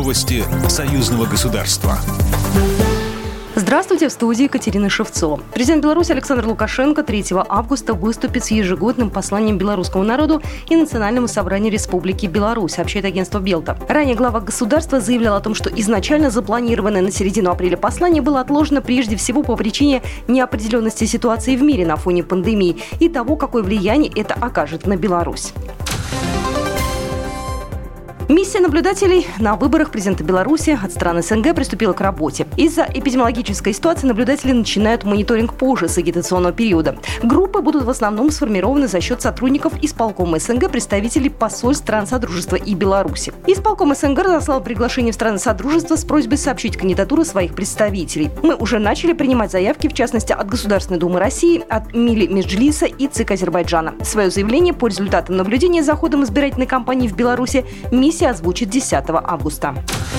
Новости союзного государства. Здравствуйте, в студии Екатерина Шевцова. Президент Беларуси Александр Лукашенко 3 августа выступит с ежегодным посланием белорусскому народу и Национальному собранию Республики Беларусь, сообщает агентство Белта. Ранее глава государства заявлял о том, что изначально запланированное на середину апреля послание было отложено прежде всего по причине неопределенности ситуации в мире на фоне пандемии и того, какое влияние это окажет на Беларусь. Миссия наблюдателей на выборах президента Беларуси от стран СНГ приступила к работе. Из-за эпидемиологической ситуации наблюдатели начинают мониторинг позже с агитационного периода. Группы будут в основном сформированы за счет сотрудников исполкома СНГ, представителей посольств стран Содружества и Беларуси. Исполком СНГ разослал приглашение в страны Содружества с просьбой сообщить кандидатуры своих представителей. Мы уже начали принимать заявки, в частности, от Государственной Думы России, от Милли Меджлиса и ЦИК Азербайджана. Свое заявление по результатам наблюдения за ходом избирательной кампании в Беларуси миссия озвучит 10 августа.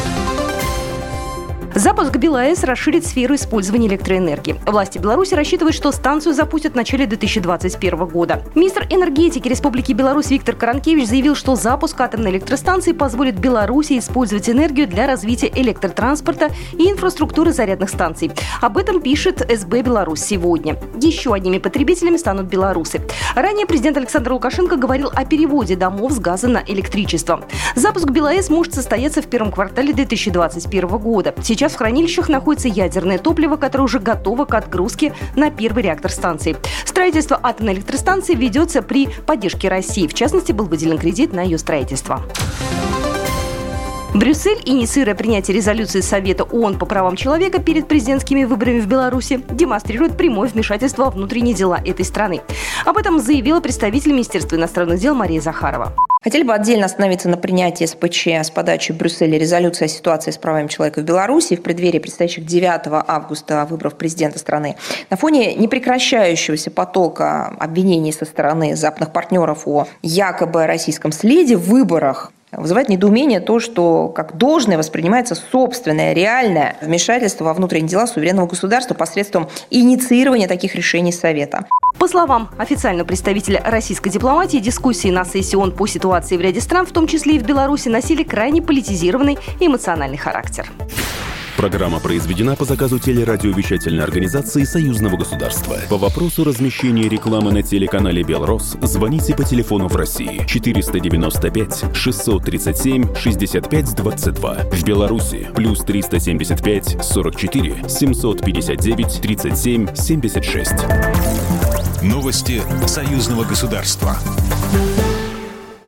Запуск БелАЭС расширит сферу использования электроэнергии. Власти Беларуси рассчитывают, что станцию запустят в начале 2021 года. Министр энергетики Республики Беларусь Виктор Каранкевич заявил, что запуск атомной электростанции позволит Беларуси использовать энергию для развития электротранспорта и инфраструктуры зарядных станций. Об этом пишет СБ «Беларусь» сегодня. Еще одними потребителями станут белорусы. Ранее президент Александр Лукашенко говорил о переводе домов с газа на электричество. Запуск БелАЭС может состояться в первом квартале 2021 года. Сейчас в хранилищах находится ядерное топливо, которое уже готово к отгрузке на первый реактор станции. Строительство атомной электростанции ведется при поддержке России. В частности, был выделен кредит на ее строительство. Брюссель, инициируя принятие резолюции Совета ООН по правам человека перед президентскими выборами в Беларуси, демонстрирует прямое вмешательство во внутренние дела этой страны. Об этом заявила представитель Министерства иностранных дел Мария Захарова. Хотели бы отдельно остановиться на принятии СПЧ с подачи Брюсселя резолюции о ситуации с правами человека в Беларуси в преддверии предстоящих 9 августа выборов президента страны. На фоне непрекращающегося потока обвинений со стороны западных партнеров о якобы российском следе в выборах вызывает недоумение то, что как должное воспринимается собственное реальное вмешательство во внутренние дела суверенного государства посредством инициирования таких решений Совета. По словам официального представителя российской дипломатии, дискуссии на сессии ООН по ситуации в ряде стран, в том числе и в Беларуси, носили крайне политизированный и эмоциональный характер. Программа произведена по заказу телерадиовещательной организации Союзного государства. По вопросу размещения рекламы на телеканале «Белрос» звоните по телефону в России 495 637 65 22. В Беларуси плюс 375 44 759 37 76. Новости союзного государства.